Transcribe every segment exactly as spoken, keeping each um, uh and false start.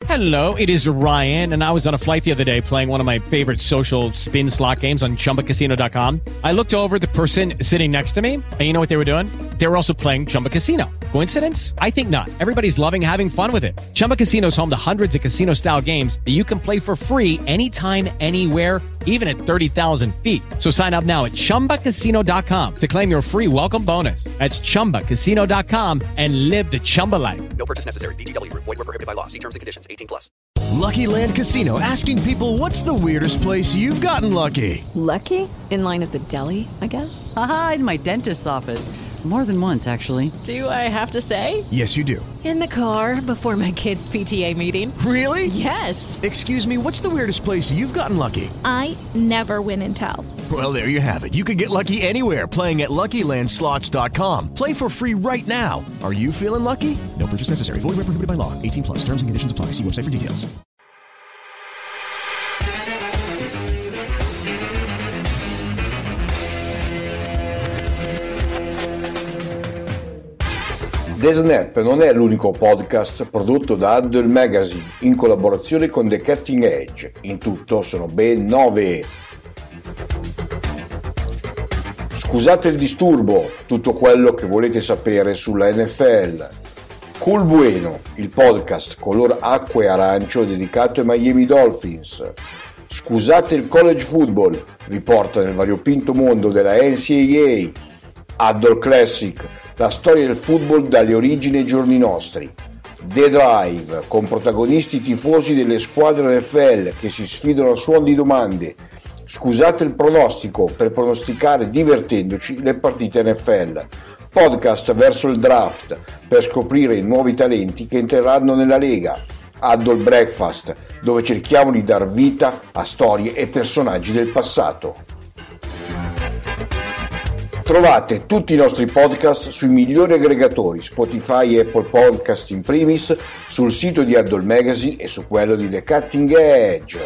Hello, it is Ryan, and I was on a flight the other day playing one of my favorite social spin slot games on Chumba Casino dot com. I looked over at the person sitting next to me, and you know what they were doing? They were also playing Chumba Casino. Coincidence? I think not. Everybody's loving having fun with it. Chumba Casino is home to hundreds of casino-style games that you can play for free anytime, anywhere, even at thirty thousand feet. So sign up now at Chumba Casino dot com to claim your free welcome bonus. That's Chumba Casino dot com and live the Chumba life. No purchase necessary. V G W. Void where prohibited by law. See terms and conditions. eighteen plus. Lucky Land Casino, asking people, what's the weirdest place you've gotten lucky? Lucky? In line at the deli, I guess? Aha, in my dentist's office. More than once, actually. Do I have to say? Yes, you do. In the car before my kids' P T A meeting. Really? Yes. Excuse me, what's the weirdest place you've gotten lucky? I never win and tell. Well, there you have it. You can get lucky anywhere, playing at Lucky Land Slots dot com. Play for free right now. Are you feeling lucky? No purchase necessary. Void where prohibited by law. eighteen plus. Terms and conditions apply. See website for details. The Snap non è l'unico podcast prodotto da Huddle Magazine in collaborazione con The Cutting Edge. In tutto sono ben nove. Scusate il disturbo, tutto quello che volete sapere sulla N F L. Cool Bueno, il podcast color acqua e arancio dedicato ai Miami Dolphins. Scusate il college football, vi porta nel variopinto mondo della N C A A. Huddle Classic, la storia del football dalle origini ai giorni nostri. The Drive, con protagonisti tifosi delle squadre N F L che si sfidano a suon di domande. Scusate il pronostico, per pronosticare divertendoci le partite N F L. Podcast verso il draft, per scoprire i nuovi talenti che entreranno nella Lega. Huddle Breakfast, dove cerchiamo di dar vita a storie e personaggi del passato. Trovate tutti i nostri podcast sui migliori aggregatori, Spotify e Apple Podcast in primis, sul sito di Huddle Magazine e su quello di The Cutting Edge.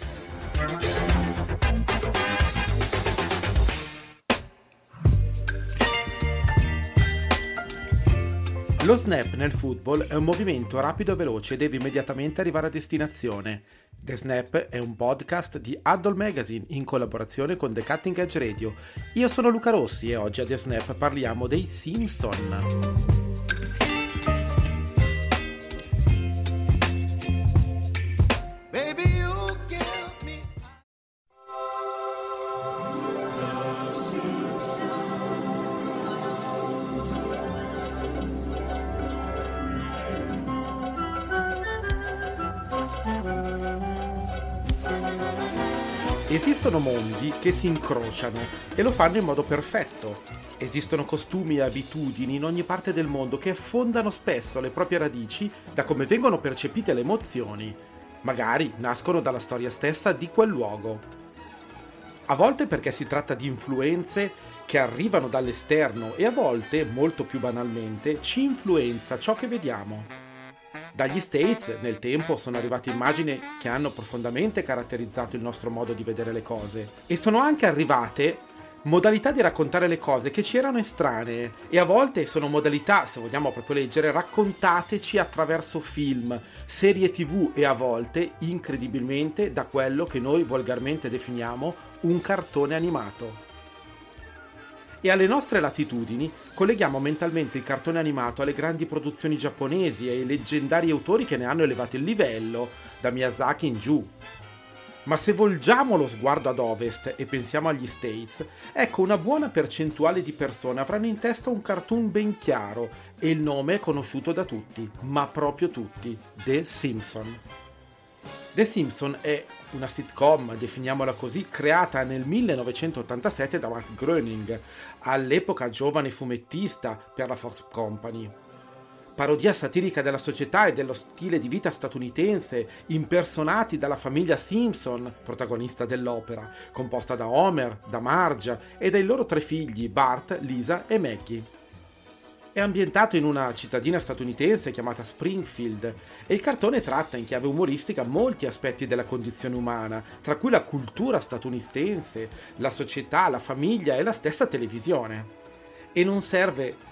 Lo snap nel football è un movimento rapido e veloce e deve immediatamente arrivare a destinazione. The Snap è un podcast di Huddle Magazine in collaborazione con The Cutting Edge Radio. Io sono Luca Rossi e oggi a The Snap parliamo dei Simpson. Esistono mondi che si incrociano e lo fanno in modo perfetto. Esistono costumi e abitudini in ogni parte del mondo che affondano spesso le proprie radici da come vengono percepite le emozioni. Magari nascono dalla storia stessa di quel luogo. A volte perché si tratta di influenze che arrivano dall'esterno e a volte, molto più banalmente, ci influenza ciò che vediamo. Dagli States, nel tempo, sono arrivate immagini che hanno profondamente caratterizzato il nostro modo di vedere le cose. E sono anche arrivate modalità di raccontare le cose che ci erano estranee. E a volte sono modalità, se vogliamo proprio leggere, raccontateci attraverso film, serie tv e a volte, incredibilmente, da quello che noi volgarmente definiamo un cartone animato. E alle nostre latitudini colleghiamo mentalmente il cartone animato alle grandi produzioni giapponesi e ai leggendari autori che ne hanno elevato il livello, da Miyazaki in giù. Ma se volgiamo lo sguardo ad ovest e pensiamo agli States, ecco una buona percentuale di persone avranno in testa un cartoon ben chiaro e il nome è conosciuto da tutti, ma proprio tutti, The Simpson. The Simpson è una sitcom, definiamola così, creata nel millenovecentottantasette da Matt Groening, all'epoca giovane fumettista per la Fox Company. Parodia satirica della società e dello stile di vita statunitense, impersonati dalla famiglia Simpson, protagonista dell'opera, composta da Homer, da Marge e dai loro tre figli, Bart, Lisa e Maggie. È ambientato in una cittadina statunitense chiamata Springfield e il cartone tratta in chiave umoristica molti aspetti della condizione umana, tra cui la cultura statunitense, la società, la famiglia e la stessa televisione. E non serve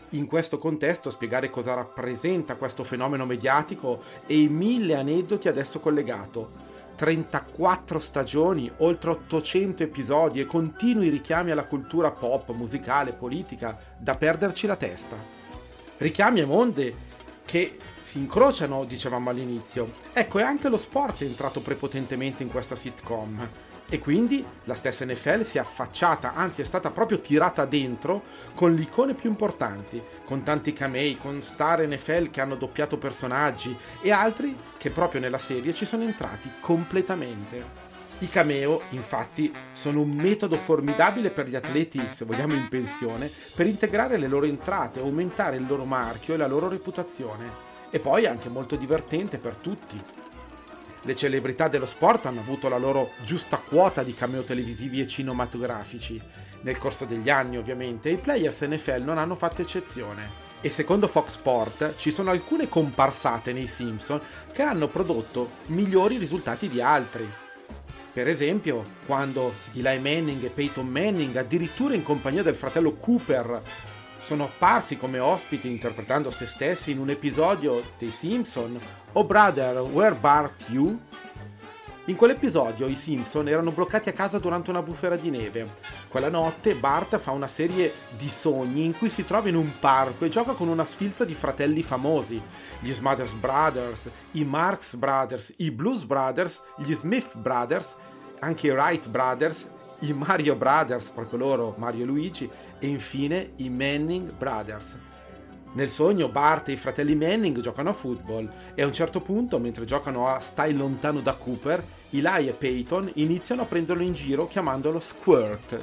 in questo contesto spiegare cosa rappresenta questo fenomeno mediatico e i mille aneddoti ad esso collegato. trentaquattro stagioni, oltre ottocento episodi e continui richiami alla cultura pop, musicale, politica, da perderci la testa. Richiami e mondi che si incrociano, dicevamo all'inizio. Ecco, e anche lo sport è entrato prepotentemente in questa sitcom. E quindi la stessa N F L si è affacciata, anzi è stata proprio tirata dentro con le icone più importanti, con tanti camei, con star N F L che hanno doppiato personaggi e altri che proprio nella serie ci sono entrati completamente. I cameo, infatti, sono un metodo formidabile per gli atleti, se vogliamo in pensione, per integrare le loro entrate, aumentare il loro marchio e la loro reputazione. E poi anche molto divertente per tutti. Le celebrità dello sport hanno avuto la loro giusta quota di cameo televisivi e cinematografici. Nel corso degli anni, ovviamente, i players N F L non hanno fatto eccezione. E secondo Fox Sport ci sono alcune comparsate nei Simpson che hanno prodotto migliori risultati di altri. Per esempio, quando Eli Manning e Peyton Manning, addirittura in compagnia del fratello Cooper, sono apparsi come ospiti interpretando se stessi in un episodio dei Simpson, Oh Brother, Where Bart You? In quell'episodio i Simpson erano bloccati a casa durante una bufera di neve. Quella notte Bart fa una serie di sogni in cui si trova in un parco e gioca con una sfilza di fratelli famosi, gli Smothers Brothers, i Marx Brothers, i Blues Brothers, gli Smith Brothers, anche i Wright Brothers, i Mario Brothers, proprio loro, Mario e Luigi, e infine i Manning Brothers. Nel sogno Bart e i fratelli Manning giocano a football e a un certo punto, mentre giocano a Stai lontano da Cooper, Eli e Peyton iniziano a prenderlo in giro chiamandolo Squirt.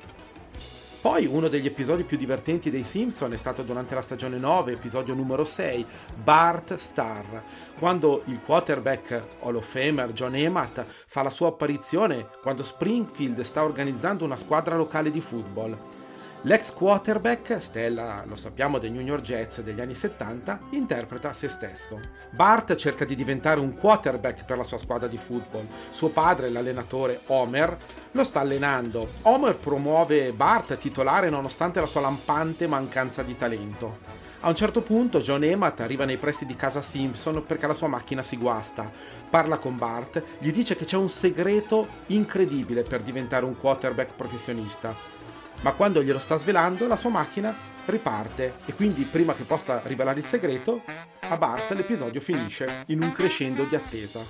Poi uno degli episodi più divertenti dei Simpson è stato durante la stagione nove, episodio numero sei, Bart Star, quando il quarterback Hall of Famer John Ematt fa la sua apparizione quando Springfield sta organizzando una squadra locale di football. L'ex quarterback, stella, lo sappiamo, dei New York Jets degli anni settanta, interpreta se stesso. Bart cerca di diventare un quarterback per la sua squadra di football. Suo padre, l'allenatore Homer, lo sta allenando. Homer promuove Bart titolare nonostante la sua lampante mancanza di talento. A un certo punto John Ematt arriva nei pressi di casa Simpson perché la sua macchina si guasta. Parla con Bart, gli dice che c'è un segreto incredibile per diventare un quarterback professionista. Ma quando glielo sta svelando, la sua macchina riparte e quindi, prima che possa rivelare il segreto, a Bart l'episodio finisce in un crescendo di attesa.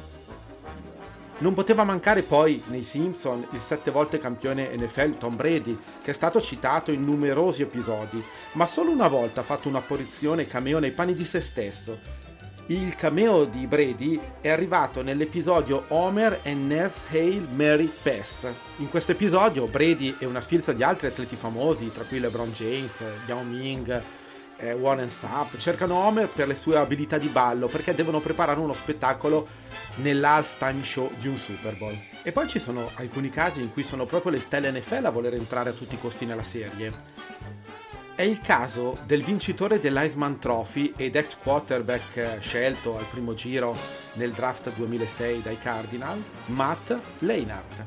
Non poteva mancare poi nei Simpson il sette volte campione N F L Tom Brady, che è stato citato in numerosi episodi, ma solo una volta ha fatto un'apparizione cameo nei panni di se stesso. Il cameo di Brady è arrivato nell'episodio Homer and Ness Hail Mary Pass. In questo episodio Brady e una sfilza di altri atleti famosi, tra cui LeBron James, Yao Ming, eh, Warren Sapp, cercano Homer per le sue abilità di ballo perché devono preparare uno spettacolo nell'halftime show di un Super Bowl. E poi ci sono alcuni casi in cui sono proprio le stelle N F L a voler entrare a tutti i costi nella serie. È il caso del vincitore dell'Heisman Trophy ed ex quarterback scelto al primo giro nel draft duemilasei dai Cardinal, Matt Leinart.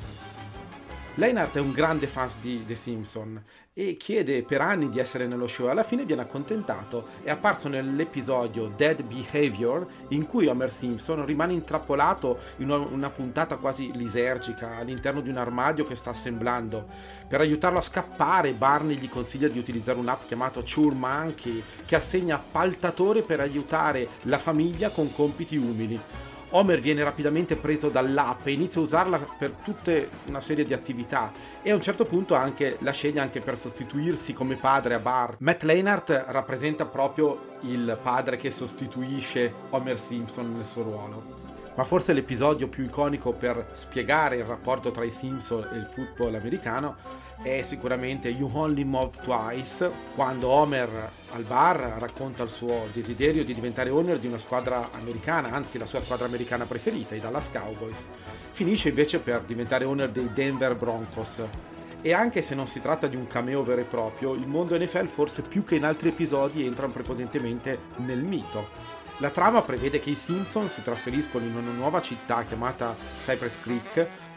Leinart è un grande fan di The Simpson e chiede per anni di essere nello show e alla fine viene accontentato. È apparso nell'episodio Dead Behavior in cui Homer Simpson rimane intrappolato in una, una puntata quasi lisergica all'interno di un armadio che sta assemblando. Per aiutarlo a scappare, Barney gli consiglia di utilizzare un'app chiamata Chore Monkey che assegna appaltatori per aiutare la famiglia con compiti umili. Homer viene rapidamente preso dall'app e inizia a usarla per tutta una serie di attività e a un certo punto anche la sceglie anche per sostituirsi come padre a Bart. Matt Leinart rappresenta proprio il padre che sostituisce Homer Simpson nel suo ruolo. Ma forse l'episodio più iconico per spiegare il rapporto tra i Simpson e il football americano è sicuramente You Only Move Twice, quando Homer al bar racconta il suo desiderio di diventare owner di una squadra americana, anzi la sua squadra americana preferita, i Dallas Cowboys. Finisce invece per diventare owner dei Denver Broncos. E anche se non si tratta di un cameo vero e proprio, il mondo N F L forse più che in altri episodi entra prepotentemente nel mito. La trama prevede che i Simpson si trasferiscono in una nuova città chiamata Cypress Creek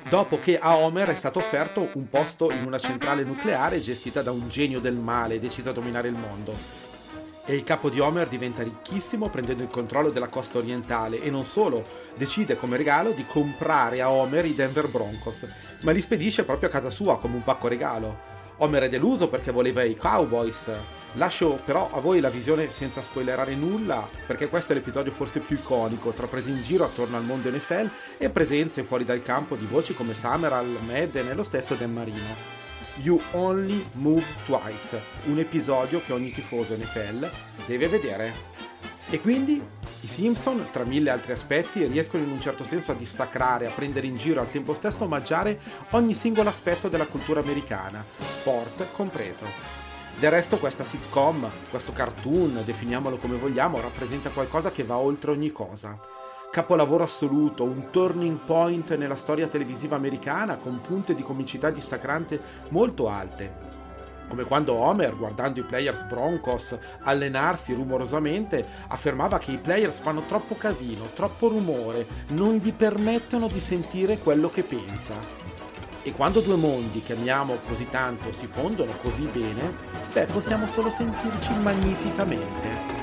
dopo che a Homer è stato offerto un posto in una centrale nucleare gestita da un genio del male deciso a dominare il mondo. E il capo di Homer diventa ricchissimo prendendo il controllo della costa orientale e non solo, decide come regalo di comprare a Homer i Denver Broncos, ma li spedisce proprio a casa sua come un pacco regalo. Homer è deluso perché voleva i Cowboys. Lascio però a voi la visione senza spoilerare nulla, perché questo è l'episodio forse più iconico tra prese in giro attorno al mondo N F L e presenze fuori dal campo di voci come Summerall, Madden e lo stesso Dan Marino. You Only Move Twice, un episodio che ogni tifoso N F L deve vedere. E quindi i Simpson, tra mille altri aspetti, riescono in un certo senso a dissacrare, a prendere in giro e al tempo stesso omaggiare ogni singolo aspetto della cultura americana, sport compreso. Del resto questa sitcom, questo cartoon, definiamolo come vogliamo, rappresenta qualcosa che va oltre ogni cosa. Capolavoro assoluto, un turning point nella storia televisiva americana con punte di comicità dissacrante molto alte. Come quando Homer, guardando i Players Broncos allenarsi rumorosamente, affermava che i Players fanno troppo casino, troppo rumore, non gli permettono di sentire quello che pensa. E quando due mondi che amiamo così tanto si fondono così bene, beh, possiamo solo sentirci magnificamente.